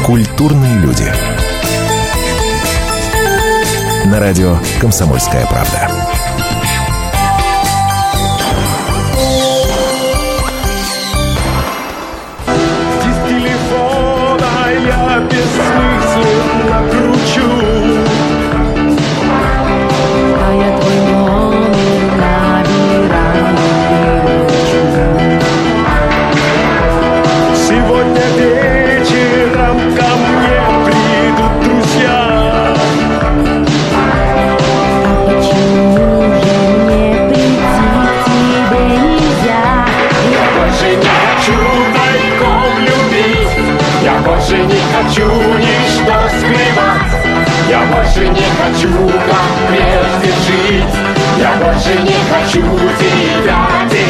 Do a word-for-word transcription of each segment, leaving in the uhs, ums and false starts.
Культурные люди. На радио «Комсомольская правда». Из телефона я бессмысленно кручу. А я твой номер набираю. Сегодня вечером ко мне придут друзья. А почему же мне прийти к тебе нельзя? Я больше не хочу тайком любить. Я больше не хочу ничто скрывать. Я больше не хочу, как прежде, жить. Я больше не хочу тебя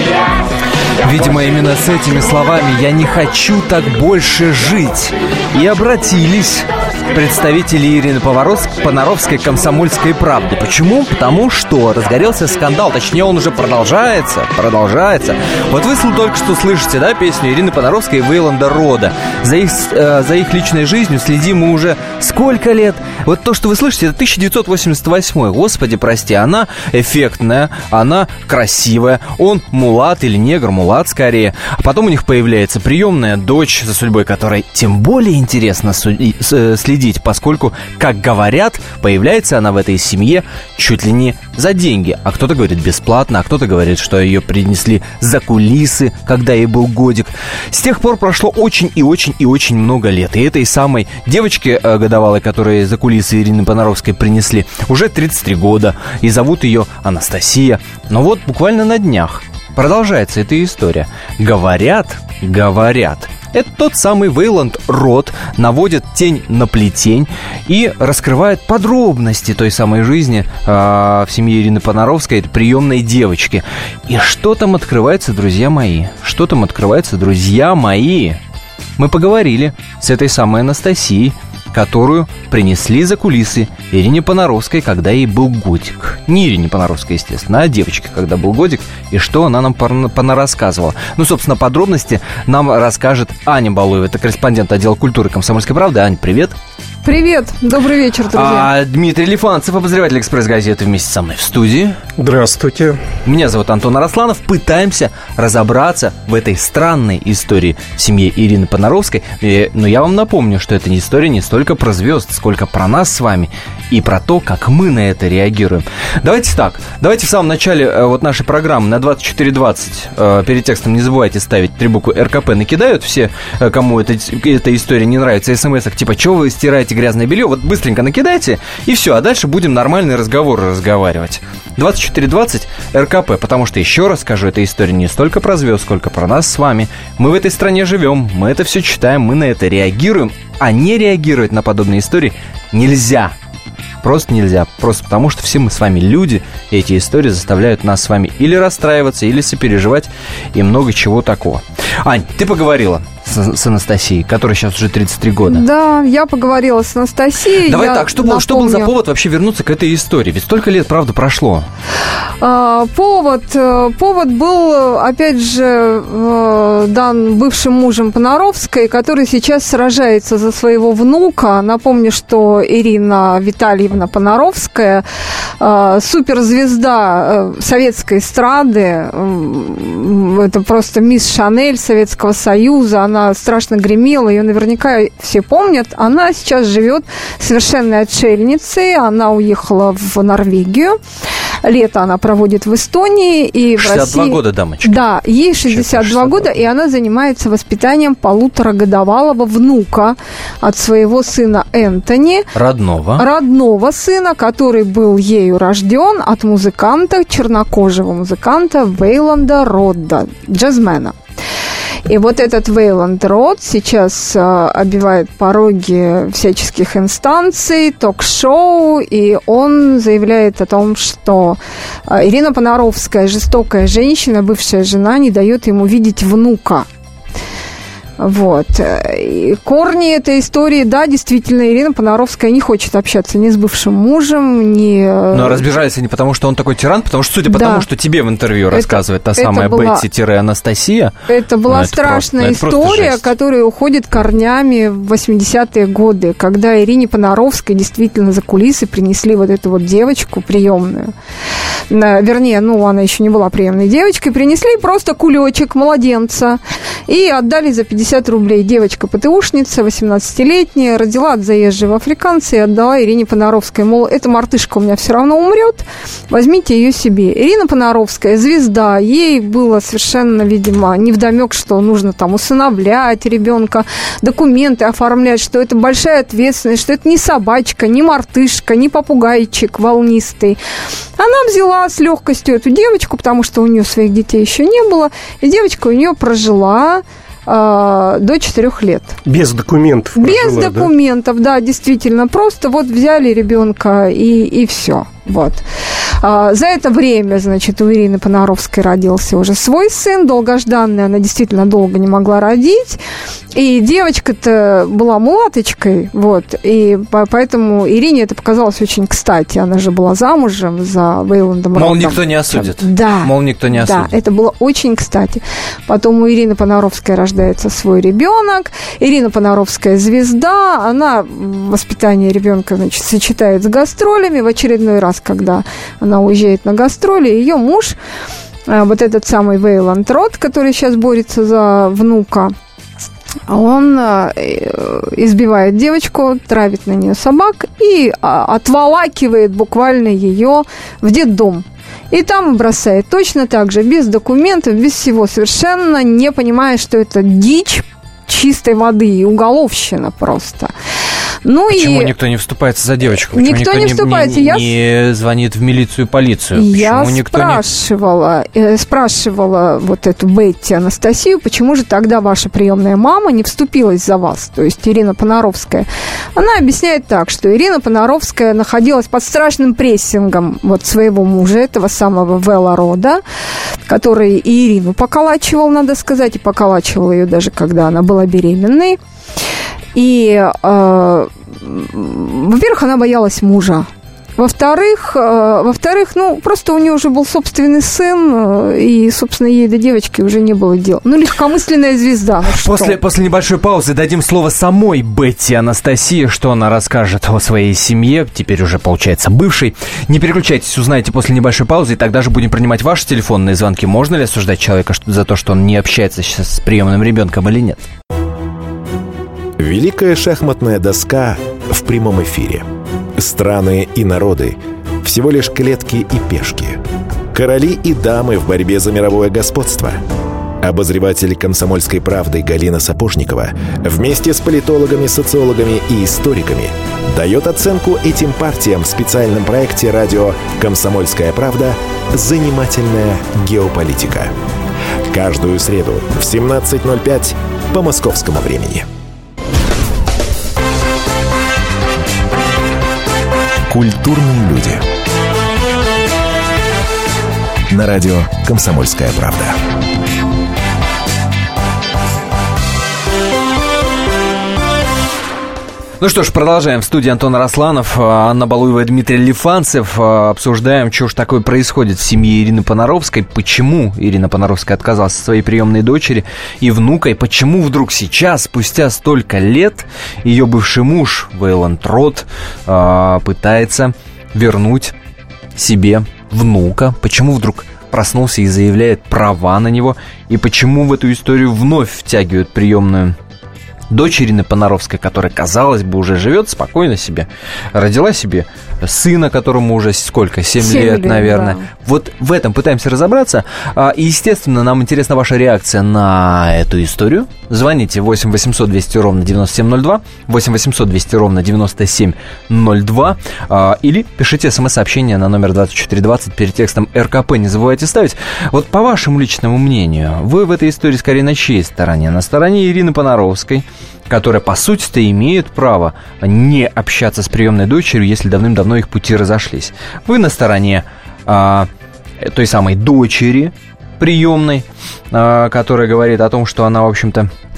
терять. Видимо, именно с этими словами «я не хочу так больше жить» и обратились представители Ирины Понаровской «Комсомольской правды». Почему? Потому что разгорелся скандал, точнее, он уже продолжается, продолжается. Вот вы только что слышите, да, песню Ирины Понаровской и Вейланда Рода. За их, э, за их личной жизнью следим мы уже сколько лет? Вот то, что вы слышите, это тысяча девятьсот восемьдесят восьмой. Господи, прости, она эффектная, она красивая, он мулат или негр, мулат скорее. А потом у них появляется приемная дочь, за судьбой которой тем более интересно суди- следить, поскольку, как говорят, появляется она в этой семье чуть ли не за деньги. А кто-то говорит бесплатно, а кто-то говорит, что ее принесли за кулисы, когда ей был годик. С тех пор прошло очень и очень и очень много лет. И этой самой девочке э, годовалой, которую за кулисы Ирины Понаровской принесли, уже тридцать три года. И зовут ее Анастасия. Но вот буквально на днях продолжается эта история. Говорят, говорят, это тот самый Вейланд Род наводит тень на плетень и раскрывает подробности той самой жизни э, в семье Ирины Понаровской, этой приемной девочки. И что там открывается, друзья мои? Что там открывается, друзья мои? Мы поговорили с этой самой Анастасией, которую принесли за кулисы Ирине Понаровской, когда ей был годик. Не Ирине Понаровской, естественно, а девочке, когда был годик, и что она нам понарассказывала. Ну, собственно, подробности нам расскажет Аня Балуева, это корреспондент отдела культуры «Комсомольской правды». Ань, привет. Привет, добрый вечер, друзья. А Дмитрий Лифанцев, обозреватель «Экспресс-газеты», вместе со мной в студии. Здравствуйте. Меня зовут Антон Арасланов. Пытаемся разобраться в этой странной истории в семье Ирины Понаровской. И, но я вам напомню, что это не история не столько про звезд, сколько про нас с вами и про то, как мы на это реагируем. Давайте так. Давайте в самом начале э, вот нашей программы на двадцать четыре двадцать э, перед текстом не забывайте ставить три буквы эр ка пэ. Накидают все, э, кому эта, эта история не нравится, смс-ок типа «Чего вы стираете грязное белье?» Вот быстренько накидайте, и все. А дальше будем нормальные разговоры разговаривать. двадцать четыре двадцать эр ка пэ, потому что, еще раз скажу, эта история не столько про звезд, сколько про нас с вами. Мы в этой стране живем, мы это все читаем, мы на это реагируем, а не реагировать на подобные истории нельзя. Просто нельзя. Просто потому, что все мы с вами люди, и эти истории заставляют нас с вами или расстраиваться, или сопереживать, и много чего такого. Ань, ты поговорила с, с Анастасией, которой сейчас уже тридцать три года. Да, я поговорила с Анастасией. Давай я так, что, был, что был за повод вообще вернуться к этой истории? Ведь столько лет, правда, прошло. А, повод, повод был, опять же, дан бывшим мужем Понаровской, который сейчас сражается за своего внука. Напомню, что Ирина Витальевна Понаровская, суперзвезда советской эстрады, это просто мисс Шанель Советского Союза, она страшно гремела, ее наверняка все помнят. Она сейчас живет совершенной отшельницей, она уехала в Норвегию, лето она проводит в Эстонии и в России. шестьдесят два года, дамочка. Да, ей шестьдесят два года, и она занимается воспитанием полуторагодовалого внука от своего сына Энтони. Родного. Родного сына, который был ею рожден от музыканта, чернокожего музыканта Вейланда Рода, джазмена. И вот этот Вейланд Род сейчас э, обивает пороги всяческих инстанций, ток-шоу, и он заявляет о том, что э, Ирина Понаровская, жестокая женщина, бывшая жена, не дает ему видеть внука. Вот. И корни этой истории, да, действительно, Ирина Понаровская не хочет общаться ни с бывшим мужем, ни... Но разбежались они потому, что он такой тиран, потому что, судя по да. тому, что тебе в интервью это, рассказывает та самая была... Бетти-Анастасия... Это была ну, страшная это просто, история, это которая уходит корнями в восьмидесятые годы, когда Ирине Понаровской действительно за кулисы принесли вот эту вот девочку приемную. Вернее, ну, она еще не была приемной девочкой, принесли просто кулечек младенца и отдали за пятьдесят рублей. Девочка ПТУшница, восемнадцатилетняя, родила от заезжего африканца и отдала Ирине Понаровской. Мол, эта мартышка у меня все равно умрет, возьмите ее себе. Ирина Понаровская, звезда, ей было совершенно, видимо, невдомек, что нужно там усыновлять ребенка, документы оформлять, что это большая ответственность, что это не собачка, не мартышка, не попугайчик волнистый. Она взяла с легкостью эту девочку, потому что у нее своих детей еще не было, и девочка у нее прожила э, до четырех лет. Без документов прожила, Без документов, да? да, действительно. Просто вот взяли ребенка и, и все. Вот. А, за это время, значит, у Ирины Понаровской родился уже свой сын, долгожданный, она действительно долго не могла родить, и девочка-то была мулаточкой, вот, и поэтому Ирине это показалось очень кстати, она же была замужем за Вейландом Роддом. Мол, никто не осудит. Да. Мол, никто не осудит. Да, это было очень кстати. Потом у Ирины Понаровской рождается свой ребенок, Ирина Понаровская звезда, она воспитание ребенка, значит, сочетает с гастролями, в очередной раз, когда она уезжает на гастроли, ее муж, вот этот самый Вейланд Род, который сейчас борется за внука, он избивает девочку, травит на нее собак и отволакивает буквально ее в детдом. И там бросает точно так же, без документов, без всего, совершенно не понимая, что это дичь чистой воды и уголовщина просто. Ну Почему и... никто не вступается за девочку? Почему никто, никто не вступается. Не, Я... не звонит в милицию и полицию? Я Почему никто спрашивала, не... э, спрашивала вот эту Бетти Анастасию, почему же тогда ваша приемная мама не вступилась за вас, то есть Ирина Понаровская. Она объясняет так, что Ирина Понаровская находилась под страшным прессингом вот своего мужа, этого самого Вела Рода, который и Ирину поколачивал, надо сказать, и поколачивал ее даже когда она была беременной. И, э, во-первых, она боялась мужа. Во-вторых, э, во-вторых, ну, просто у нее уже был собственный сын, э, и, собственно, ей до девочки уже не было дела. Ну, легкомысленная звезда. Ну, после, после небольшой паузы дадим слово самой Бетти Анастасии, что она расскажет о своей семье, теперь уже, получается, бывшей. Не переключайтесь, узнаете после небольшой паузы, и тогда же будем принимать ваши телефонные звонки. Можно ли осуждать человека за то, что он не общается сейчас с приемным ребенком или нет? Великая шахматная доска в прямом эфире. Страны и народы – всего лишь клетки и пешки. Короли и дамы в борьбе за мировое господство. Обозреватель «Комсомольской правды» Галина Сапожникова вместе с политологами, социологами и историками дает оценку этим партиям в специальном проекте радио «Комсомольская правда. Занимательная геополитика». Каждую среду в семнадцать ноль пять по московскому времени. Культурные люди. На радио «Комсомольская правда». Ну что ж, продолжаем. В студии Антон Арасланов, Анна Балуева и Дмитрий Лифанцев. Обсуждаем, что же такое происходит в семье Ирины Понаровской. Почему Ирина Понаровская отказалась от своей приемной дочери и внука. И почему вдруг сейчас, спустя столько лет, ее бывший муж Вейланд Род пытается вернуть себе внука. Почему вдруг проснулся и заявляет права на него. И почему в эту историю вновь втягивают приемную дочь Ирины Понаровской, которая, казалось бы, уже живет спокойно себе, родила себе сына, которому уже сколько, семь лет, лет, наверное. Да. Вот в этом пытаемся разобраться. И, естественно, нам интересна ваша реакция на эту историю. Звоните восемь восемьсот двести ровно девяносто семь ноль два, восемь восемьсот двести ровно девяносто семь ноль два, или пишите смс-сообщение на номер двадцать четыре двадцать перед текстом эр ка пэ, не забывайте ставить. Вот по вашему личному мнению, вы в этой истории скорее на чьей стороне? На стороне Ирины Понаровской, которая, по сути-то, имеет право не общаться с приемной дочерью, если давным-давно их пути разошлись. Вы на стороне а, той самой дочери приемной, а, которая говорит о том, что она, в общем-то,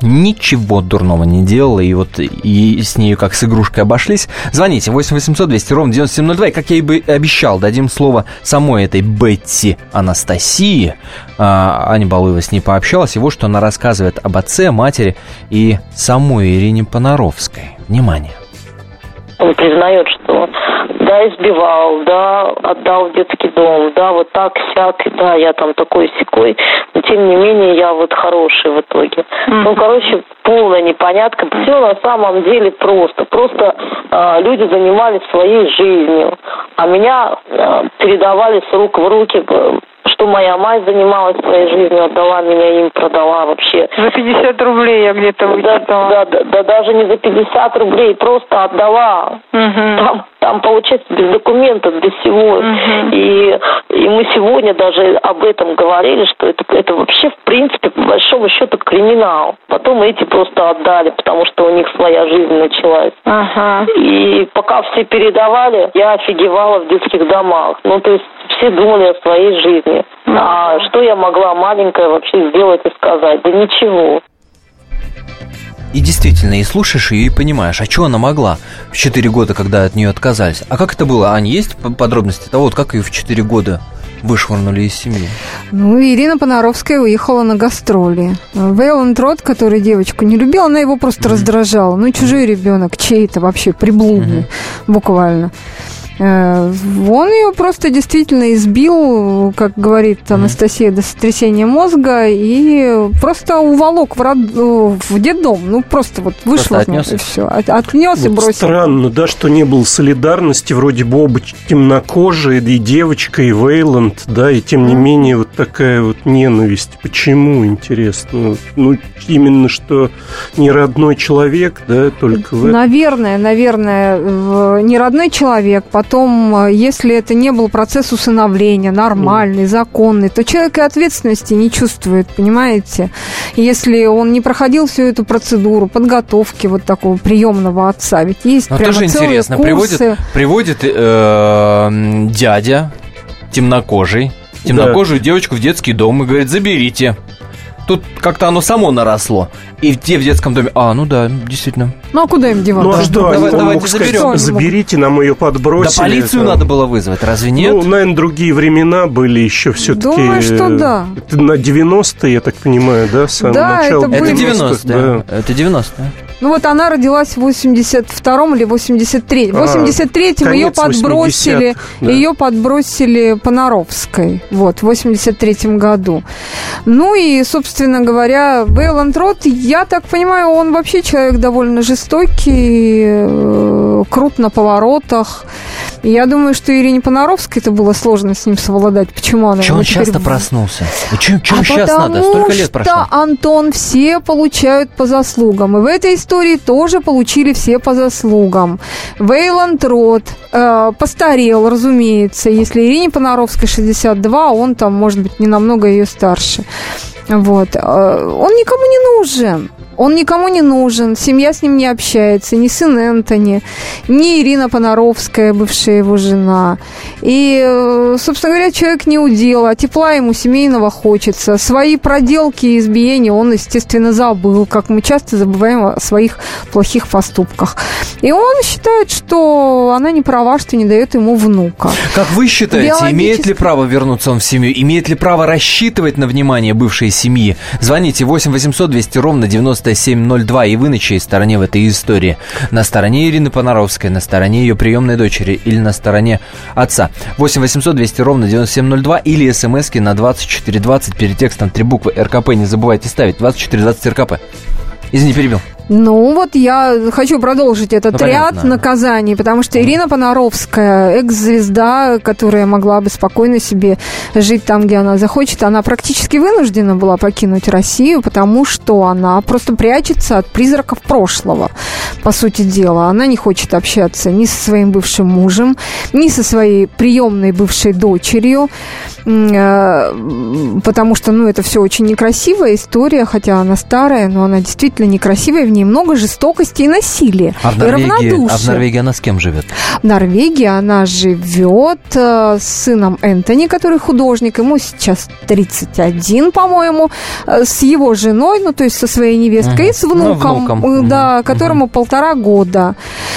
ничего дурного не делала, и вот и с нею как с игрушкой обошлись. Звоните восемь восемьсот двести ровно девяносто семь ноль два, и, как я и обещал, дадим слово самой этой Бетти Анастасии. Аня Балуева с ней пообщалась, и вот что она рассказывает об отце, матери и самой Ирине Понаровской. Внимание. Он признает, что да, избивал, да, отдал в детский дом, да, вот так, сяк, да, я там такой-сякой, но тем не менее я вот хороший в итоге. Mm-hmm. Ну, короче, полная непонятка. Все на самом деле просто. Просто э, люди занимались своей жизнью, а меня э, передавали с рук в руки, что моя мать занималась своей жизнью, отдала меня им, продала вообще. За пятьдесят рублей я где-то вычитала. Да, да, да, да, даже не за пятьдесят рублей, просто отдала. Угу. Там, там, получается, без документов, без всего. Угу. И, и мы сегодня даже об этом говорили, что это, это вообще, в принципе, по большому счету, криминал. Потом эти просто отдали, потому что у них своя жизнь началась. Ага. И пока все передавали, я офигевала в детских домах. Ну, то есть все думали о своей жизни. Mm-hmm. А что я могла маленькая вообще сделать и сказать? Да ничего. И действительно, и слушаешь ее, и понимаешь, а что она могла в четыре года, когда от нее отказались? А как это было? Ань, есть подробности того, вот как ее в четыре года вышвырнули из семьи? Ну, Ирина Понаровская уехала на гастроли. Вейланд Рот, который девочку не любил, она его просто mm-hmm. раздражала. Ну, чужой ребенок, чей-то вообще, приблудный, mm-hmm. буквально. Он ее просто действительно избил, как говорит Анастасия, до сотрясения мозга, и просто уволок в, род... в детдом. Ну, просто вот вышел и все. Отнес вот и бросил. Странно, да, что не было солидарности, вроде бы оба темнокожие, и девочка, и Вейланд, да, и тем не менее вот такая вот ненависть. Почему, интересно? Ну, именно что не родной человек, да, только в этом. Наверное, наверное, не родной человек. Потом, если это не был процесс усыновления, нормальный, законный, то человек и ответственности не чувствует, понимаете? Если он не проходил всю эту процедуру подготовки вот такого приемного отца, ведь есть но прямо тоже целые интересно, курсы. Приводит, приводит э, дядя темнокожий, темнокожую да. девочку в детский дом и говорит, заберите. Тут как-то оно само наросло. И те в детском доме, а, ну да, действительно. Ну, а куда им деваться? Ну, а что, Давай, он давайте мог сказать, заберем. заберите, нам ее подбросили. Да полицию это... надо было вызвать, разве нет? Ну, наверное, другие времена были еще все-таки. Думаю, что да. Это на девяностые, я так понимаю, да? Самое да, начало это, это девяностые. Да. Это девяностые. Ну вот она родилась в восемьдесят втором или восемьдесят третьем. В восемьдесят третьем ее подбросили, да. ее подбросили Понаровской. Вот, в восемьдесят третьем году. Ну и, собственно говоря, Вейланд Рот, я так понимаю, он вообще человек довольно жестокий, крут на поворотах. И я думаю, что Ирине Понаровской это было сложно с ним совладать. Почему она? Чего он часто проснулся? Чего а сейчас надо? Столько лет прошло. Потому что, Антон, все получают по заслугам. И в этой истории тоже получили все по заслугам. Вейланд Рот э, постарел, разумеется. Если Ирине Понаровской шестьдесят два, он там, может быть, не намного ее старше. Вот. Он никому не нужен. Он никому не нужен, семья с ним не общается, ни сын Энтони, ни Ирина Понаровская, бывшая его жена. И, собственно говоря, человек не удел, а тепла ему семейного хочется. Свои проделки и избиения он, естественно, забыл, как мы часто забываем о своих плохих поступках. И он считает, что она не права, что не дает ему внука. Как вы считаете, имеет ли право вернуться он в семью? Имеет ли право рассчитывать на внимание бывшей семьи? Звоните восемь восемьсот двести ровно девяносто семь ноль два, и вы на чьей стороне в этой истории? На стороне Ирины Понаровской, на стороне ее приемной дочери или на стороне отца? восемь восемьсот двести ровно девяносто семь ноль два или смски на двадцать четыре двадцать, перед текстом три буквы эр ка пэ, не забывайте ставить, двадцать четыре двадцать эр ка пэ. Извини, перебил. Ну, вот я хочу продолжить этот ну, ряд понятно. наказаний, потому что Ирина Понаровская, экс-звезда, которая могла бы спокойно себе жить там, где она захочет, она практически вынуждена была покинуть Россию, потому что она просто прячется от призраков прошлого, по сути дела. Она не хочет общаться ни со своим бывшим мужем, ни со своей приемной бывшей дочерью, потому что, ну, это все очень некрасивая история, хотя она старая, но она действительно некрасивая. В ней много жестокости и насилия, а в и Норвегии, равнодушия. А в Норвегии она с кем живет? В Норвегии она живет э, с сыном Энтони, который художник, ему сейчас тридцать один, по-моему, э, с его женой, ну, то есть со своей невесткой, угу. и с внуком, ну, внуком. да, угу. которому угу. полтора года.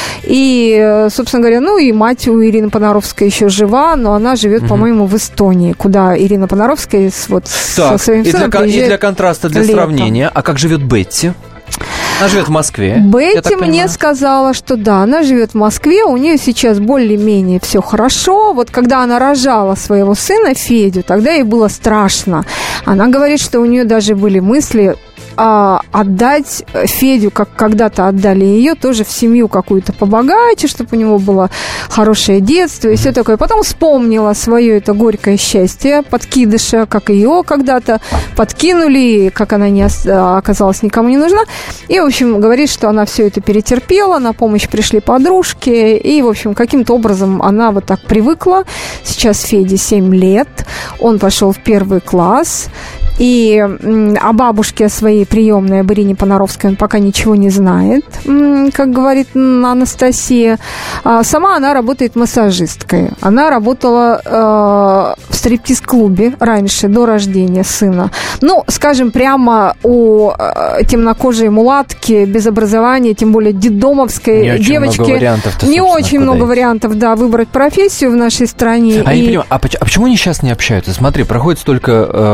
И, собственно говоря, ну, и мать у Ирины Понаровской еще жива, но она живет, угу. по-моему, в Эстонии, куда Ирина Понаровская вот так, со своим и сыном для, и для контраста, для летом. Сравнения, а как живет Бетти? Она живет в Москве. Бетти мне сказала, что да, она живет в Москве, у нее сейчас более-менее все хорошо. Вот когда она рожала своего сына Федю, тогда ей было страшно. Она говорит, что у нее даже были мысли а, отдать Федю, как когда-то отдали ее, тоже в семью какую-то побогаче, чтобы у него было хорошее детство и все такое. Потом вспомнила свое это горькое счастье подкидыша, как ее когда-то подкинули, как она не оказалась никому не нужна. И, в общем, говорит, что она все это перетерпела, на помощь пришли подружки, и, в общем, каким-то образом она вот так привыкла. Сейчас Феде семь лет, он пошел в первый класс, и о бабушке о своей приемной, об Ирине Понаровской, он пока ничего не знает, как говорит Анастасия. Сама она работает массажисткой. Она работала э, в стриптиз-клубе раньше, до рождения сына. Ну, скажем, прямо у э, темнокожей мулатки, без образования, тем более детдомовской не девочки. Очень много вариантов, не очень много идти. вариантов, да, выбрать профессию в нашей стране. А, и... я не понимаю, а, а почему они сейчас не общаются? Смотри, проходит столько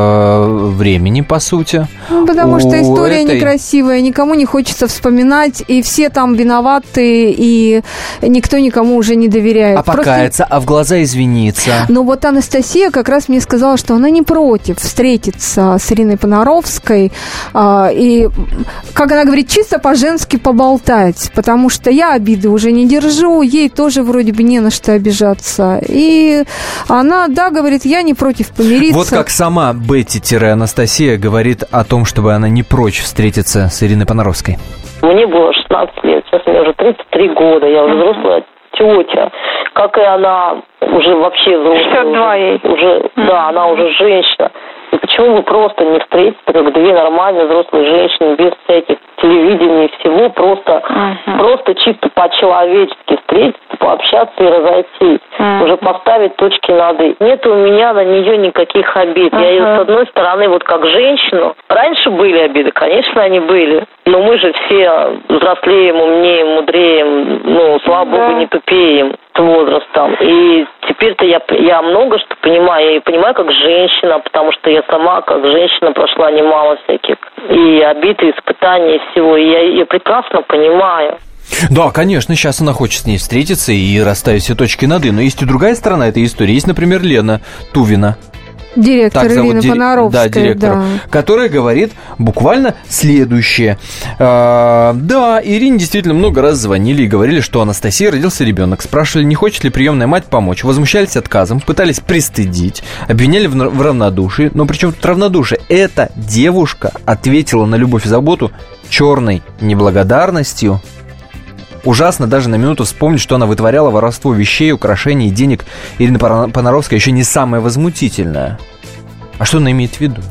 э, времени, по сути. Ну, потому что история этой... некрасивая, никому не хочется вспоминать, и все там виноваты, и никто никому уже не доверяет. А покаяться, Просто... а в глаза извиниться. Но вот Анастасия как раз мне сказала, что она не против встретиться с Ириной Понаровской а, и, как она говорит, чисто по-женски поболтать, потому что я обиды уже не держу, ей тоже вроде бы не на что обижаться. И она, да, говорит, я не против помириться. Вот как сама Бетти-Анастасия говорит о том, чтобы она не прочь встретиться с Ириной Понаровской. Мне было шестнадцать лет, сейчас мне уже тридцать три года, я уже взрослая тетя. Как и она уже вообще взрослая. шестьдесят два ей. Уже, да, она уже женщина. И почему бы просто не встретиться, как две нормальные взрослые женщины, без всяких телевидения и всего, просто, uh-huh. просто чисто по-человечески встретиться, пообщаться и разойтись. Uh-huh. Уже поставить точки над «и». Нет у меня на нее никаких обид. Uh-huh. Я ее, с одной стороны, вот как женщину, раньше были обиды, конечно, они были, но мы же все взрослеем, умнеем, мудреем, ну, слава uh-huh. богу, не тупеем с возрастом. И теперь-то я, я много что понимаю. Я и понимаю как женщина, потому что я сама как женщина прошла немало всяких и обид, и испытаний, и всего. И я ее прекрасно понимаю. Да, конечно, сейчас она хочет с ней встретиться и расставить все точки над «и». Но есть и другая сторона этой истории. Есть, например, Лена Тувина. Директор Ирины дир... Понаровской, да, директор, да. которая говорит буквально следующее. А, да, Ирине действительно много раз звонили и говорили, что у Анастасии родился ребенок. Спрашивали, не хочет ли приемная мать помочь. Возмущались отказом, пытались пристыдить, обвиняли в, в равнодушии. Но причем тут равнодушие? Эта девушка ответила на любовь и заботу черной неблагодарностью. Ужасно даже на минуту вспомнить, что она вытворяла воровство вещей, украшений и денег. Ирина Понаровская еще не самая возмутительная. А что она имеет в виду?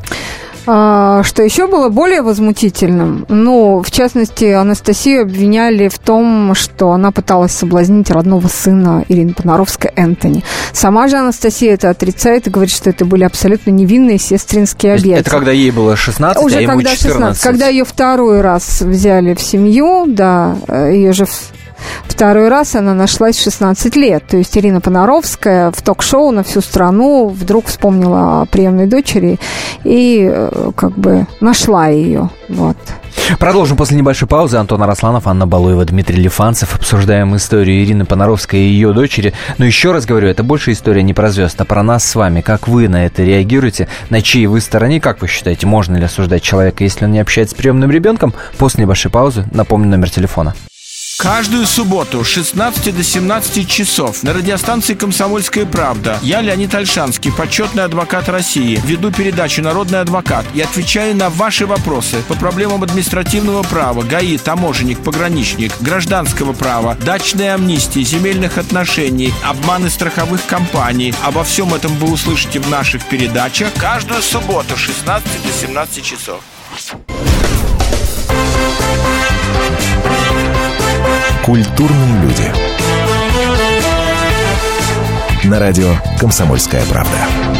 А, что еще было более возмутительным? Ну, в частности, Анастасию обвиняли в том, что она пыталась соблазнить родного сына Ирины Понаровской, Энтони. Сама же Анастасия это отрицает и говорит, что это были абсолютно невинные сестринские объятия. Это когда ей было шестнадцать, Уже а ему когда четырнадцать. шестнадцать. Когда ее второй раз взяли в семью, да, ее же... Второй раз она нашлась в шестнадцать лет. То есть Ирина Понаровская в ток-шоу на всю страну вдруг вспомнила о приемной дочери и как бы нашла ее. Вот. Продолжим после небольшой паузы. Антон Арасланов, Анна Балуева, Дмитрий Лифанцев. Обсуждаем историю Ирины Понаровской и ее дочери. Но еще раз говорю, это больше история не про звезд, а про нас с вами. Как вы на это реагируете? На чьей вы стороне? Как вы считаете, можно ли осуждать человека, если он не общается с приемным ребенком? После небольшой паузы напомню номер телефона. Каждую субботу с шестнадцати до семнадцати часов на радиостанции «Комсомольская правда» я, Леонид Ольшанский, почетный адвокат России, веду передачу «Народный адвокат» и отвечаю на ваши вопросы по проблемам административного права, ГАИ, таможенник, пограничник, гражданского права, дачной амнистии, земельных отношений, обманы страховых компаний. Обо всем этом вы услышите в наших передачах каждую субботу с шестнадцати до семнадцати часов. Культурные люди. На радио «Комсомольская правда».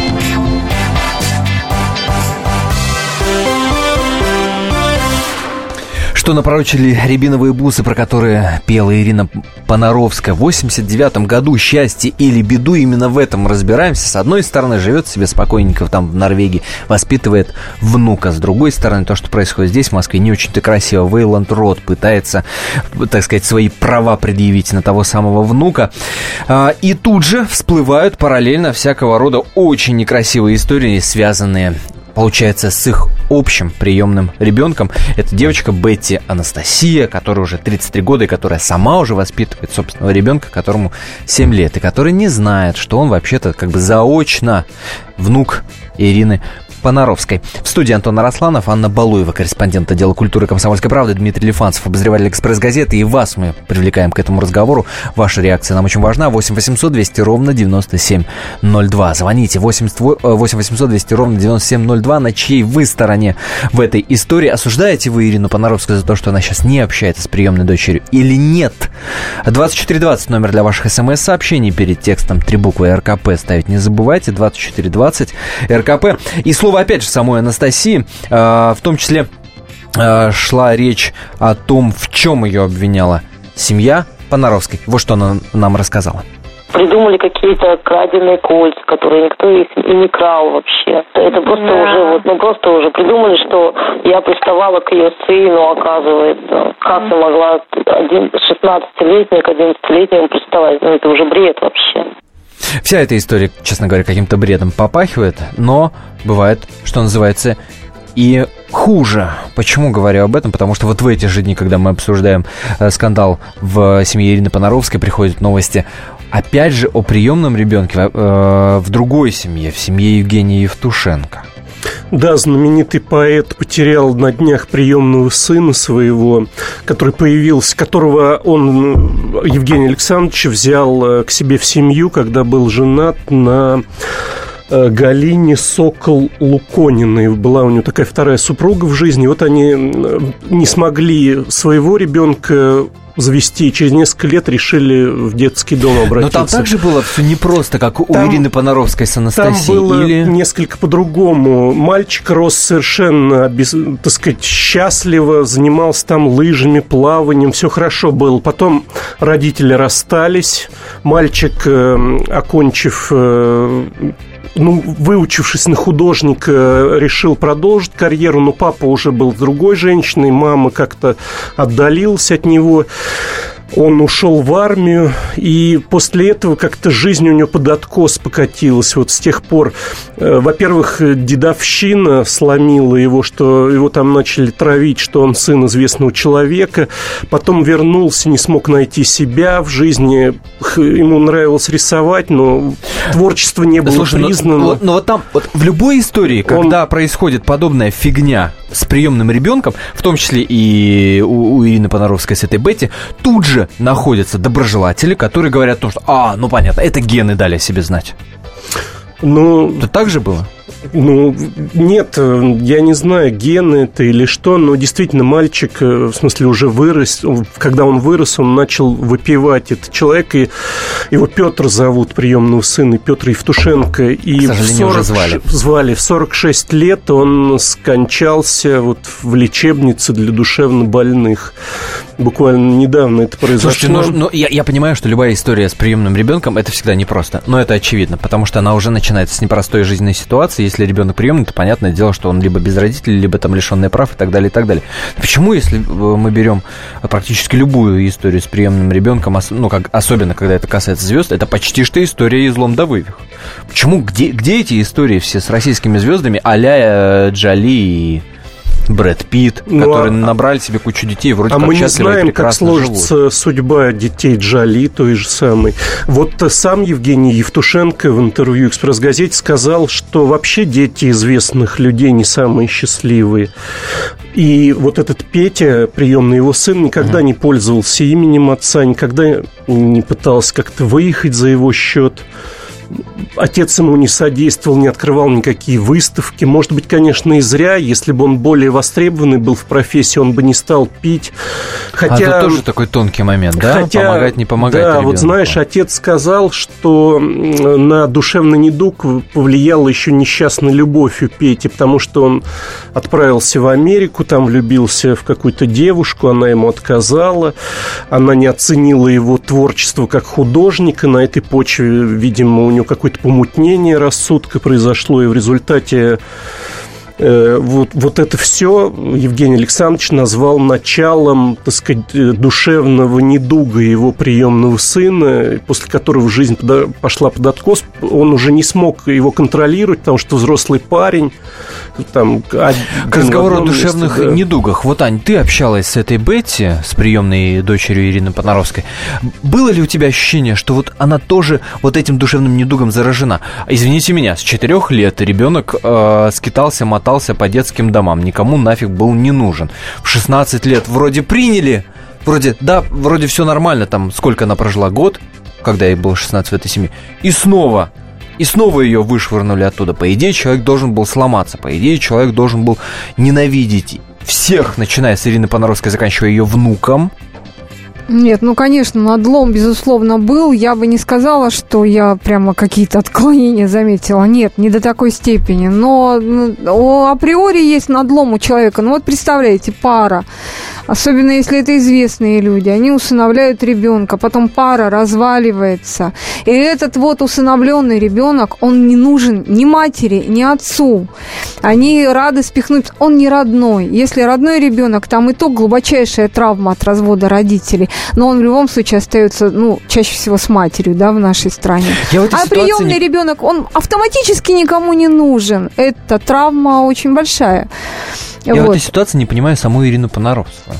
Что напророчили рябиновые бусы, про которые пела Ирина Понаровская в восемьдесят девятом году, счастье или беду, именно в этом мы разбираемся. С одной стороны, живет себе спокойненько там в Норвегии, воспитывает внука. С другой стороны, то, что происходит здесь, в Москве, не очень-то красиво. Вейланд Рот пытается, так сказать, свои права предъявить на того самого внука. И тут же всплывают параллельно всякого рода очень некрасивые истории, связанные, получается, с их общим приемным ребенком. Это девочка Бетти Анастасия, которая уже тридцать три года и которая сама уже воспитывает собственного ребенка, которому семь лет, и который не знает, что он вообще-то как бы заочно внук Ирины Понаровской. В студии Антон Арасланов, Анна Балуева, корреспондент отдела культуры «Комсомольской правды», Дмитрий Лифанцев, обозреватель «Экспресс-газеты». И вас мы привлекаем к этому разговору. Ваша реакция нам очень важна. восемь восемьсот двести ровно девяносто семь ноль два. Звоните восемь восемьсот двести ровно девяносто семь ноль два. На чьей вы стороне в этой истории? Осуждаете вы Ирину Понаровскую за то, что она сейчас не общается с приемной дочерью, или нет? двадцать четыре двадцать номер для ваших смс-сообщений. Перед текстом три буквы эр ка пэ ставить не забывайте. двадцать четыре двадцать эр ка пэ. И слово опять же самой Анастасии, э, в том числе э, шла речь о том, в чем ее обвиняла семья Понаровской. Вот что она нам рассказала. Придумали какие-то краденые кольца, которые никто их и не крал вообще. Это просто да. уже вот, ну просто уже придумали, что я приставала к ее сыну, оказывается. Как я могла шестнадцатилетней к одиннадцатилетнему приставать? Ну это уже бред вообще. Вся эта история, честно говоря, каким-то бредом попахивает, но бывает, что называется, и хуже. Почему говорю об этом? Потому что вот в эти же дни, когда мы обсуждаем э, скандал в семье Ирины Понаровской, приходят новости, опять же, о приемном ребенке э, в другой семье, в семье Евгения Евтушенко. Да, знаменитый поэт потерял на днях приемного сына своего, который появился, которого он, Евгений Александрович, взял к себе в семью, когда был женат на Галине Сокол-Лукониной. Была у него такая вторая супруга в жизни. Вот они не смогли своего ребенка завести, и через несколько лет решили в детский дом обратиться. Но там также было все непросто, как у там, Ирины Понаровской с Анастасией? Там было или... несколько по-другому. Мальчик рос совершенно, без, так сказать, счастливо, занимался там лыжами, плаванием, все хорошо было. Потом родители расстались. Мальчик, э, окончив... Э, Ну, выучившись на художника, решил продолжить карьеру, но папа уже был с другой женщиной, мама как-то отдалилась от него. Он ушел в армию, и после этого как-то жизнь у него под откос покатилась. Вот с тех пор, э, во-первых, дедовщина сломила его, что его там начали травить, что он сын известного человека. Потом вернулся, не смог найти себя в жизни. Ему нравилось рисовать, но творчество не было Слушай, признано. Но, но, но вот там, вот в любой истории, когда он... происходит подобная фигня с приемным ребенком, в том числе и у, у Ирины Понаровской с этой Бетти, тут же находятся доброжелатели, которые говорят то, что, а, ну понятно, это гены дали о себе знать. Ну, это так же было? Ну, нет, я не знаю, гены это или что, но действительно мальчик, в смысле, уже вырос, когда он вырос, он начал выпивать. Это человек, и его Петр зовут, приемного сына, Петр Евтушенко. И к сожалению, в сорок, уже звали. Звали. В сорок шесть лет он скончался вот в лечебнице для душевнобольных. Буквально недавно это произошло. Слушайте, ну, ну, я, я понимаю, что любая история с приемным ребенком, это всегда непросто, но это очевидно, потому что она уже начинается с непростой жизненной ситуации. Если ребенок приемный, то понятное дело, что он либо без родителей, либо там лишенный прав и так далее, и так далее. Почему, если мы берем практически любую историю с приемным ребенком, ну, как, особенно когда это касается звезд, это почти что история излом до вывих. Почему, где, где эти истории все с российскими звездами а-ля Джоли и Брэд Питт, ну, которые а, набрали себе кучу детей, вроде а как мы счастливо не знаем, и прекрасно как сложится живут. Судьба детей Джоли той же самой. Вот сам Евгений Евтушенко в интервью «Экспресс-газете» сказал, что вообще дети известных людей не самые счастливые. И вот этот Петя, приемный его сын, никогда mm. не пользовался именем отца, никогда не пытался как-то выехать за его счет. отец ему не содействовал, не открывал никакие выставки. Может быть, конечно, и зря. Если бы он более востребованный был в профессии, он бы не стал пить. Хотя, а это тоже такой тонкий момент, да? Хотя, помогать, не помогать да, ребенку. Вот знаешь, отец сказал, что на душевный недуг повлияла еще несчастная любовь у Пети, потому что он отправился в Америку, там влюбился в какую-то девушку, она ему отказала, она не оценила его творчество как художника, на этой почве, видимо, у него какое-то помутнение рассудка произошло, и в результате э, вот, вот это все Евгений Александрович назвал началом, так сказать, душевного недуга его приемного сына, после которого жизнь пошла под откос. Он уже не смог его контролировать, потому что взрослый парень. Там, к разговору о душевных месте, да. недугах. Вот, Ань, ты общалась с этой Бетти, с приемной дочерью Ирины Понаровской. Было ли у тебя ощущение, что вот она тоже вот этим душевным недугом заражена? Извините меня, с четырех лет ребенок э, скитался, мотался по детским домам, никому нафиг был не нужен. В шестнадцать лет вроде приняли, вроде, да, вроде все нормально, там, сколько она прожила, год, когда ей было шестнадцать в этой семье, и снова... И снова ее вышвырнули оттуда. По идее, человек должен был сломаться. По идее, человек должен был ненавидеть всех, начиная с Ирины Понаровской, заканчивая ее внуком. Нет, ну, конечно, надлом, безусловно, был. Я бы не сказала, что я прямо какие-то отклонения заметила. Нет, не до такой степени. Но ну, априори есть надлом у человека. Ну, вот представляете, пара. Особенно если это известные люди, они усыновляют ребенка, потом пара разваливается. И этот вот усыновленный ребенок, он не нужен ни матери, ни отцу. Они рады спихнуть, он не родной. Если родной ребенок, там и то глубочайшая травма от развода родителей, но он в любом случае остается, ну, чаще всего с матерью, да, в нашей стране. А приемный не... ребенок, он автоматически никому не нужен. Это травма очень большая. Я вот. в этой ситуации не понимаю саму Ирину Понаровскую.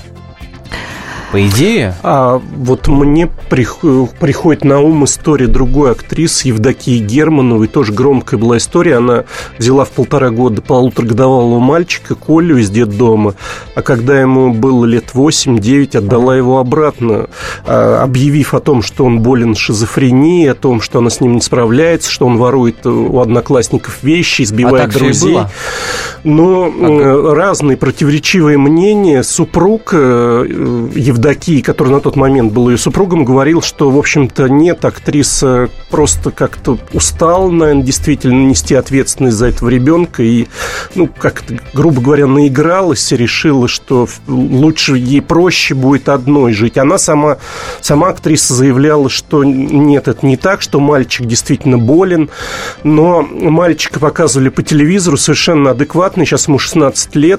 По идее... А вот мне приходит на ум история другой актрисы, Евдокии Германовой. Тоже громкая была история. Она взяла в полтора года полуторагодовалого мальчика, Колю, из детдома. А когда ему было лет восемь-девять, отдала его обратно, объявив о том, что он болен шизофренией, о том, что она с ним не справляется, что он ворует у одноклассников вещи, избивает а друзей. Но а разные противоречивые мнения. Супруг Евдокии, который на тот момент был ее супругом, говорил, что, в общем-то, нет, актриса просто как-то устала, наверное, действительно нести ответственность за этого ребенка и, ну, как-то, грубо говоря, наигралась и решила, что лучше ей проще будет одной жить. Она сама, сама актриса заявляла, что нет, это не так, что мальчик действительно болен, но мальчика показывали по телевизору совершенно адекватный, сейчас ему шестнадцать лет,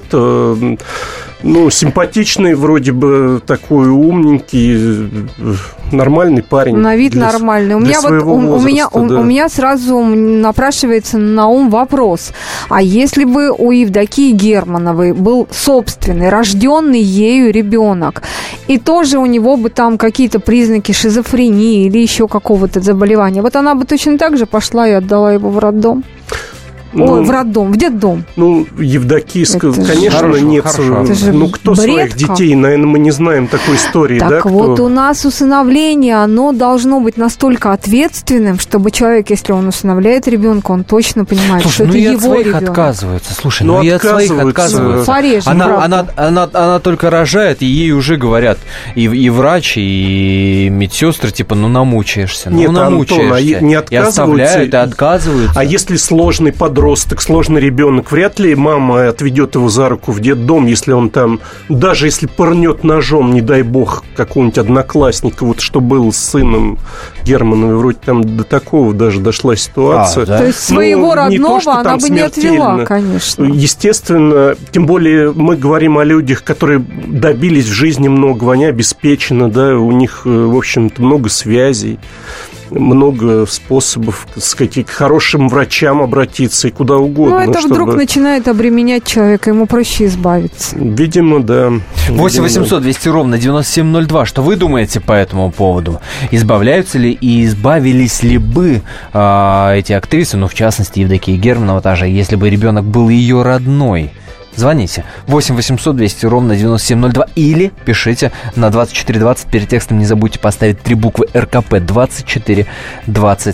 ну, симпатичный, вроде бы такой умненький, нормальный парень. На вид для, нормальный. У меня, вот, у, возраста, у, меня, да. у, у меня сразу напрашивается на ум вопрос. А если бы у Евдокии Германовой был собственный, рожденный ею ребенок, и тоже у него бы там какие-то признаки шизофрении или еще какого-то заболевания, вот она бы точно так же пошла и отдала его в роддом? Ну, Ой, в роддом, в детдом. Ну, Евдокийская, конечно, хорошо, нет. Хорошо. Ну, кто бред, своих детей? Наверное, мы не знаем такой истории. Так да, вот, кто... у нас усыновление, оно должно быть настолько ответственным, чтобы человек, если он усыновляет ребенка, он точно понимает, Слушай, что ну это и его от своих ребенок. отказываются. Слушай, ну, ну и от своих отказываются. отказываются. Порежем, она, она, она, она только рожает, и ей уже говорят и, и врач, и медсестры, типа, ну намучаешься, ну Нет, намучаешься. Антон, а не отказываются. И оставляют, и отказываются. А если сложный подросток, сложный ребенок, вряд ли мама отведет его за руку в детдом, если он там, даже если пырнет ножом, не дай бог, какого-нибудь одноклассника, вот что было с сыном Германовой, вроде там до такого даже дошла ситуация. А, да? То есть своего ну, родного то, она бы не отвела, конечно. Естественно, тем более мы говорим о людях, которые добились в жизни многого, они обеспечены, да, у них, в общем-то, много связей, много способов, так сказать, к хорошим врачам обратиться и куда угодно. Ну, это чтобы... вдруг начинает обременять человека, ему проще избавиться. Видимо, да. восемь восемьсот двести ровно девяносто семь ноль два. Что вы думаете по этому поводу? Избавляются ли и избавились ли бы э, эти актрисы, ну, в частности, Евдокия Германова, та же, если бы ребенок был ее родной? Звоните восемь восемьсот двести ровно девяносто семь ноль два или пишите на двадцать четыре двадцать. Перед текстом не забудьте поставить три буквы эр ка пэ двадцать четыре двадцать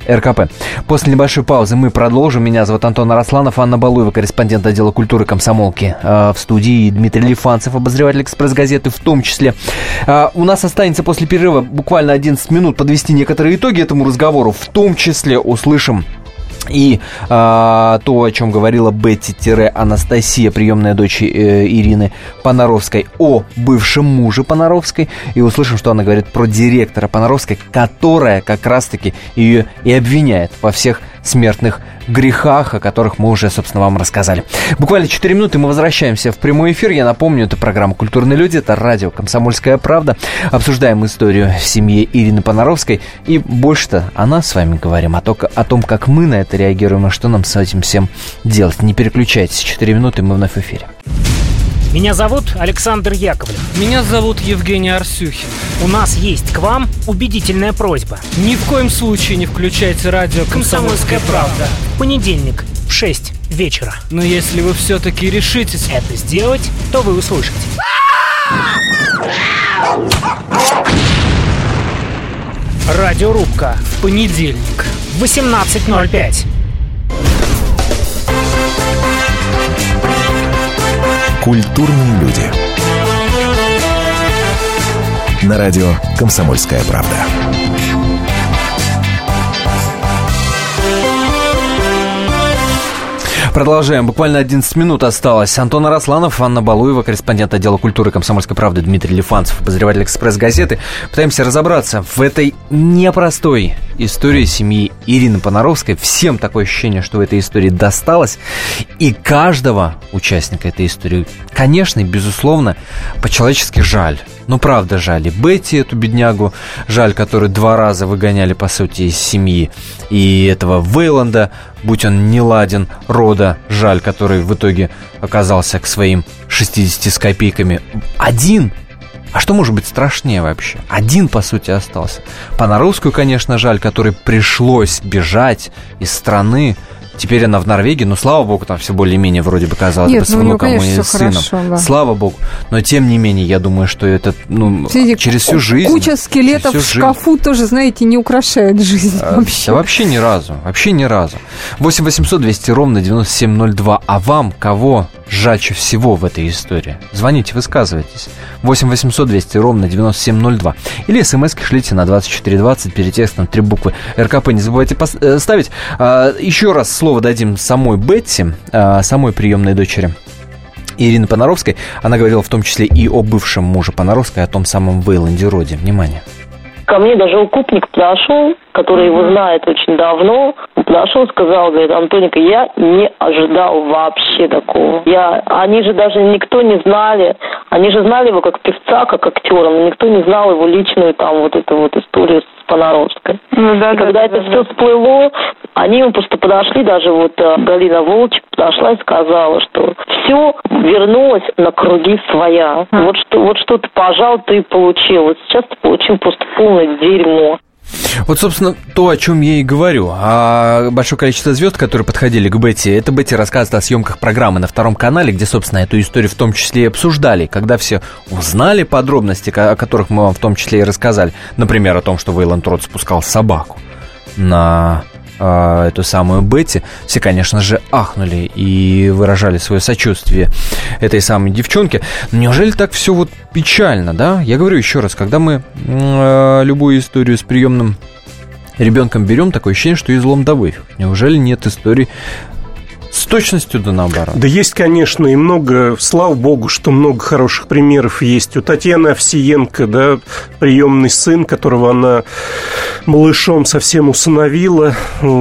эр ка пэ. После небольшой паузы мы продолжим. Меня зовут Антон Арасланов, Анна Балуева, корреспондент отдела культуры комсомолки в студии, Дмитрий Лифанцев, обозреватель «Экспресс-газеты» в том числе. У нас останется после перерыва буквально одиннадцать минут подвести некоторые итоги этому разговору. В том числе услышим и а, то, о чем говорила Бетти-Анастасия, приемная дочь э, Ирины Понаровской, о бывшем муже Понаровской. И услышим, что она говорит про директора Понаровской, которая как раз-таки ее и обвиняет во всех смертных грехах, о которых мы уже, собственно, вам рассказали. Буквально четыре минуты, мы возвращаемся в прямой эфир. Я напомню, это программа «Культурные люди», это радио «Комсомольская правда». Обсуждаем историю в семье Ирины Понаровской. И больше-то о нас с вами говорим, о, то, о том, как мы на это реагируем, и что нам с этим всем делать. Не переключайтесь, четыре минуты, мы вновь в эфире. Меня зовут Александр Яковлев. Меня зовут Евгений Арсюхин. У нас есть к вам убедительная просьба. Ни в коем случае не включайте радио «Комсомольская правда». В понедельник в шесть вечера. Но если вы все-таки решитесь это сделать, то вы услышите. Радиорубка. В понедельник. В восемнадцать ноль пять. Культурные люди. На радио «Комсомольская правда». Продолжаем. Буквально одиннадцать минут осталось. Антон Арасланов, Анна Балуева, корреспондент отдела культуры «Комсомольской правды», Дмитрий Лифанцев, обозреватель «Экспресс-газеты». Пытаемся разобраться в этой непростой истории семьи Ирины Понаровской. Всем такое ощущение, что в этой истории досталось. И каждого участника этой истории, конечно и безусловно, по-человечески жаль. Ну, правда, жаль. И Бетти, эту беднягу, жаль, которую два раза выгоняли, по сути, из семьи. И этого Вейланда, будь он не ладен, рода, жаль, который в итоге оказался к своим шестидесяти с копейками один. А что может быть страшнее вообще? Один, по сути, остался. Понаровскую, конечно, жаль, которой пришлось бежать из страны. Теперь она в Норвегии, но, слава богу, там все более-менее вроде бы казалось Нет, бы с ну, внуком него, конечно, и сыном. Хорошо, да. Слава богу. Но, тем не менее, я думаю, что это ну, Смотрите, через всю жизнь. Куча скелетов в шкафу жизнь. Тоже, знаете, не украшает жизнь а, вообще. Да вообще ни разу. Вообще ни разу. восемь восемьсот двести ровно девяносто семь ноль два. А вам кого жальче всего в этой истории? Звоните, высказывайтесь. восемь восемьсот двести ровно девяносто семь ноль два. Или смс-ки шлите на двадцать четыре двадцать, перед текстом три буквы эр ка пэ. Не забывайте поставить. Еще раз слово дадим самой Бетти, самой приемной дочери Ирины Понаровской. Она говорила в том числе и о бывшем муже Понаровской, о том самом Вейланде Роде. Внимание. Ко мне даже укупник подошел, который его знает очень давно, подошел, сказал, говорит: Антоника, я не ожидал вообще такого. Я, они же даже никто не знали, они же знали его как певца, как актера, но никто не знал его личную там вот эту вот историю с Понаровской. Ну, да, и да, когда да, это да, все да. всплыло, они ему просто подошли, даже вот Галина Волчек подошла и сказала, что все вернулось на круги своя. А. Вот что, вот что ты пожал, ты получил. Вот сейчас ты получил просто полное дерьмо. Вот, собственно, то, о чем я и говорю. А большое количество звезд, которые подходили к Бетти, это Бетти рассказывает о съемках программы на втором канале, где, собственно, эту историю в том числе и обсуждали. Когда все узнали подробности, о которых мы вам в том числе и рассказали, например, о том, что Вейланд Род спускал собаку на э, эту самую Бетти, все, конечно же, ахнули и выражали свое сочувствие этой самой девчонке. Но неужели так все вот печально, да? Я говорю еще раз, когда мы э, любую историю с приемным ребенком берем, такое ощущение, что излом да выфиг. Неужели нет истории с точностью да наоборот? Да есть, конечно, и много, слава богу, что много хороших примеров есть. У Татьяны Овсиенко, да, приемный сын, которого она малышом совсем усыновила,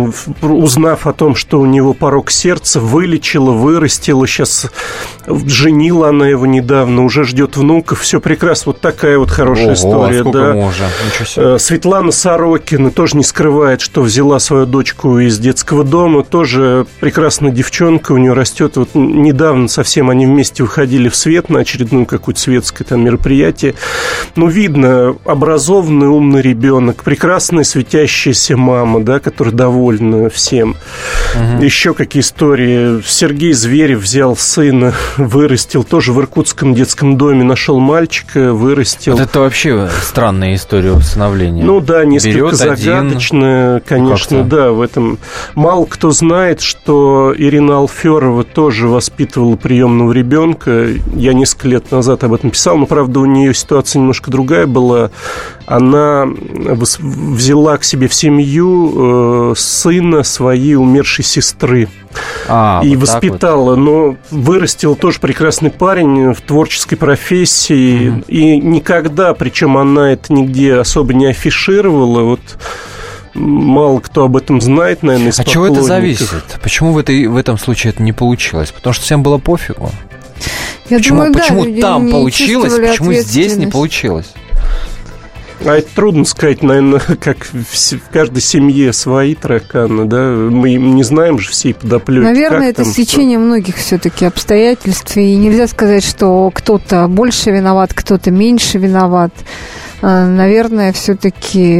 узнав о том, что у него порок сердца, вылечила, вырастила, сейчас женила она его недавно, уже ждет внуков, все прекрасно. Вот такая вот хорошая Ого, история. Сколько да. можно? Ничего себе. Светлана Сорокина тоже не скрывает, что взяла свою дочку из детского дома, тоже прекрасная девчонка, у нее растет. Вот недавно совсем они вместе выходили в свет на очередную какое-то светское там мероприятие. ну, видно, образованный, умный ребенок, прекрасная светящаяся мама, да, которая довольна всем. Угу. Еще какие истории. Сергей Зверев взял сына, вырастил, тоже в иркутском детском доме нашел мальчика, вырастил. Вот это вообще странная история усыновления. Ну да, несколько Берет загадочная, один, конечно, как-то. да, в этом. Мало кто знает, что Ирина Алферова тоже воспитывала приемного ребенка. Я несколько лет назад об этом писал, но, правда, у нее ситуация немножко другая была. Она взяла к себе в семью сына своей умершей сестры. А, и вот воспитала, вот. но вырастил тоже прекрасный парень в творческой профессии. Mm-hmm. И никогда, причем она это нигде особо не афишировала. Вот мало кто об этом знает, наверное, из А чего это зависит? Почему в, этой, в этом случае это не получилось? Потому что всем было пофигу. Я почему думаю, почему да, там получилось, почему здесь не получилось? А это трудно сказать, наверное, как в каждой семье свои тараканы, да? Мы не знаем же всей подоплеки. Наверное, это стечение что? многих все-таки обстоятельств, и нельзя сказать, что кто-то больше виноват, кто-то меньше виноват. Наверное, все-таки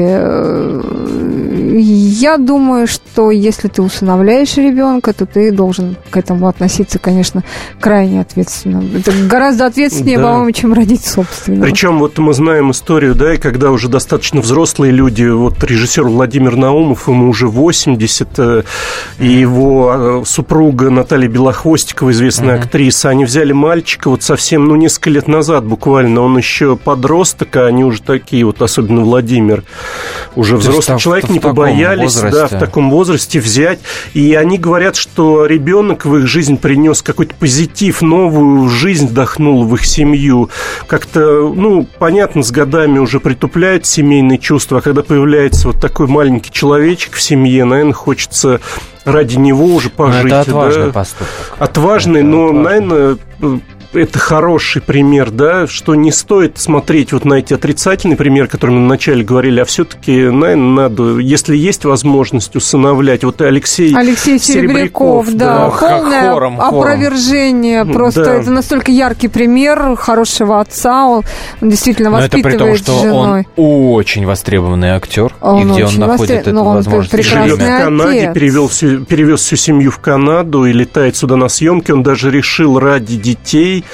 я думаю, что если ты усыновляешь ребенка, то ты должен к этому относиться, конечно, крайне ответственно. Это гораздо ответственнее, да. по-моему, чем родить собственного. Причем вот мы знаем историю, да, и когда уже достаточно взрослые люди, вот режиссер Владимир Наумов, ему уже восемьдесят, и его супруга Наталья Белохвостикова, известная uh-huh. актриса, они взяли мальчика вот совсем, ну, несколько лет назад буквально, он еще подросток, а они уже такие вот, особенно Владимир, уже взрослый в, человек, в, не в побоялись да, в таком возрасте взять. И они говорят, что ребенок в их жизнь принес какой-то позитив, новую жизнь вдохнул в их семью. Как-то, ну, понятно, с годами уже притупляют семейные чувства, а когда появляется вот такой маленький человечек в семье, наверное, хочется ради него уже пожить. Но это отважный да? поступок. Отважный, это но, отважный. наверное... Это хороший пример, да, что не стоит смотреть вот на эти отрицательные примеры, которые мы вначале говорили, а все-таки, наверное, надо, если есть возможность усыновлять. Вот и Алексей, Алексей Серебряков, Серебряков да, да. полное хором, опровержение, хором. просто да. это настолько яркий пример хорошего отца, он, он действительно но воспитывает это при том, что женой. Он очень востребованный актер, он и где он находит эту возможность. Живет в Канаде, перевел всю, перевез всю семью в Канаду и летает сюда на съемки. Он даже решил ради детей.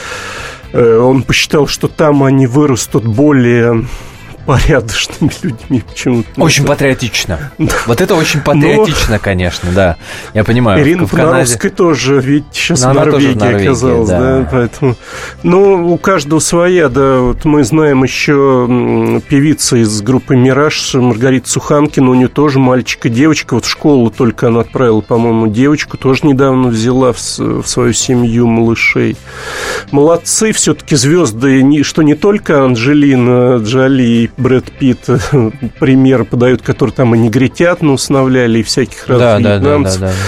Он посчитал, что там они вырастут более порядочными людьми почему-то. Очень это... патриотично. Да. Вот это очень патриотично, но... конечно, да. Я понимаю. Ирина Понаровская тоже, ведь сейчас в Норвегии, в Норвегии оказалась, да. да, поэтому... Ну, у каждого своя, да. Вот мы знаем еще певица из группы «Мираж» Маргарита Суханкина, у нее тоже мальчик и девочка. Вот в школу только она отправила, по-моему, девочку, тоже недавно взяла в, в свою семью малышей. Молодцы все-таки звезды, что не только Анджелина Джоли и Брэд Питт пример подают, которые там и негритят усыновляли, и всяких разных да, вьетнамцев. Да, да, да, да.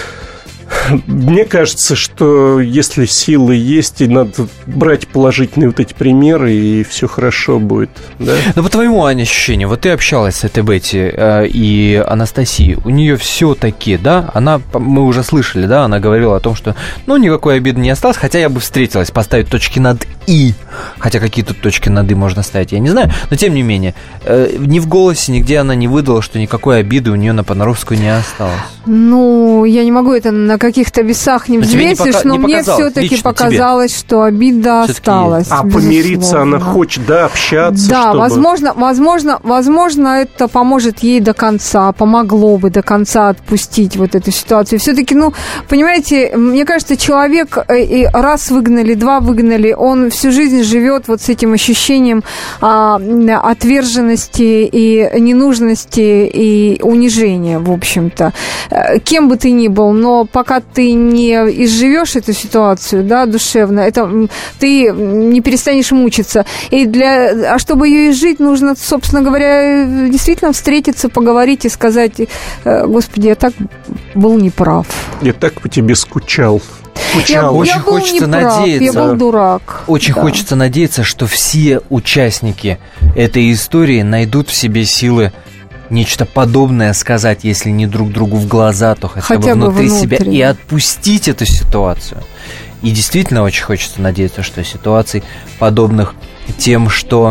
Мне кажется, что если силы есть, и надо брать положительные вот эти примеры, и все хорошо будет. Да? Ну, по твоему, Аня, ощущению, вот ты общалась с этой Бетти э, и Анастасией, у нее все-таки, да, она, мы уже слышали, да, она говорила о том, что, ну, никакой обиды не осталось, хотя я бы встретилась, поставить точки над «и», хотя какие тут точки над «и» можно ставить, я не знаю, но тем не менее, э, ни в голосе, нигде она не выдала, что никакой обиды у нее на Понаровскую не осталось. Ну, я не могу это на каких-то весах не взвесишь, но, не пока... но не мне все-таки показалось, тебе. что обида все-таки осталась. А помириться она хочет, да, общаться. Да, чтобы... возможно, возможно, возможно, это поможет ей до конца, помогло бы до конца отпустить вот эту ситуацию. Все-таки, ну, понимаете, мне кажется, человек и раз выгнали, два выгнали, он всю жизнь живет вот с этим ощущением а, отверженности и ненужности и унижения, в общем-то. Кем бы ты ни был, но пока ты не изживешь эту ситуацию, да, душевно, это, ты не перестанешь мучиться. И для, а чтобы ее изжить, нужно, собственно говоря, действительно встретиться, поговорить и сказать: Господи, я так был неправ. Я так по тебе скучал. Я, очень я хочется неправ, надеяться. Я был дурак. Очень да. хочется надеяться, что все участники этой истории найдут в себе силы нечто подобное сказать, если не друг другу в глаза, то хотя, хотя бы внутри, внутри себя, и отпустить эту ситуацию. И действительно очень хочется надеяться, что ситуаций, подобных тем, что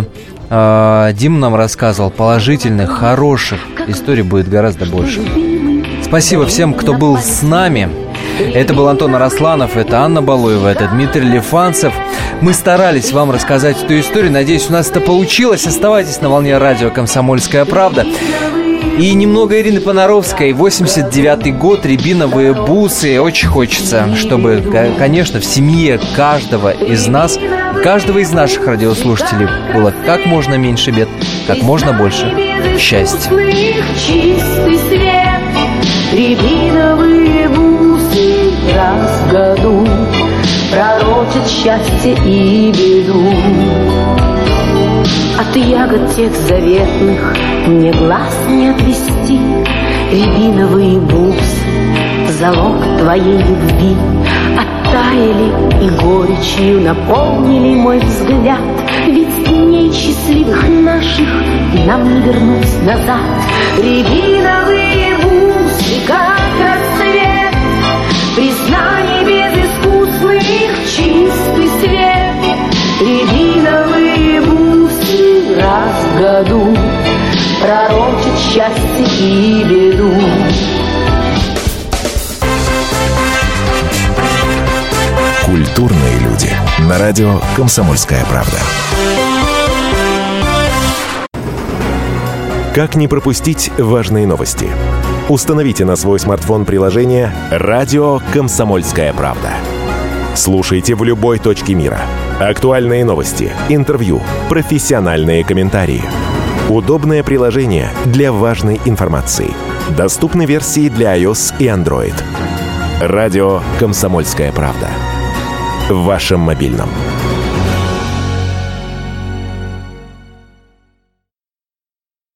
э, Дима нам рассказывал, положительных, хороших историй будет гораздо больше. Спасибо всем, кто был с нами. Это был Антон Арасланов, это Анна Балуева, это Дмитрий Лифанцев. Мы старались вам рассказать эту историю. Надеюсь, у нас это получилось. Оставайтесь на волне радио «Комсомольская правда». И немного Ирины Понаровской. восемьдесят девятый год, рябиновые бусы. Очень хочется, чтобы, конечно, в семье каждого из нас, каждого из наших радиослушателей было как можно меньше бед, как можно больше счастья. Чистый свет, рябиновые бусы раз в году пророчат счастье и беду. От ягод тех заветных мне глаз не отвести. Рябиновые бусы, залог твоей любви, оттаяли и горечью наполнили мой взгляд. Ведь дней счастливых наших нам не вернуть назад. Рябиновые бусы, как рассвет, признание безыскусных, чистый свет. Рябиновые бусы раз в году пророчат счастье и беду. Культурные люди. На радио «Комсомольская правда». Как не пропустить важные новости? Установите на свой смартфон приложение «Радио Комсомольская правда». Слушайте в любой точке мира. Актуальные новости, интервью, профессиональные комментарии. Удобное приложение для важной информации. Доступны версии для iOS и Android. Радио «Комсомольская правда». В вашем мобильном.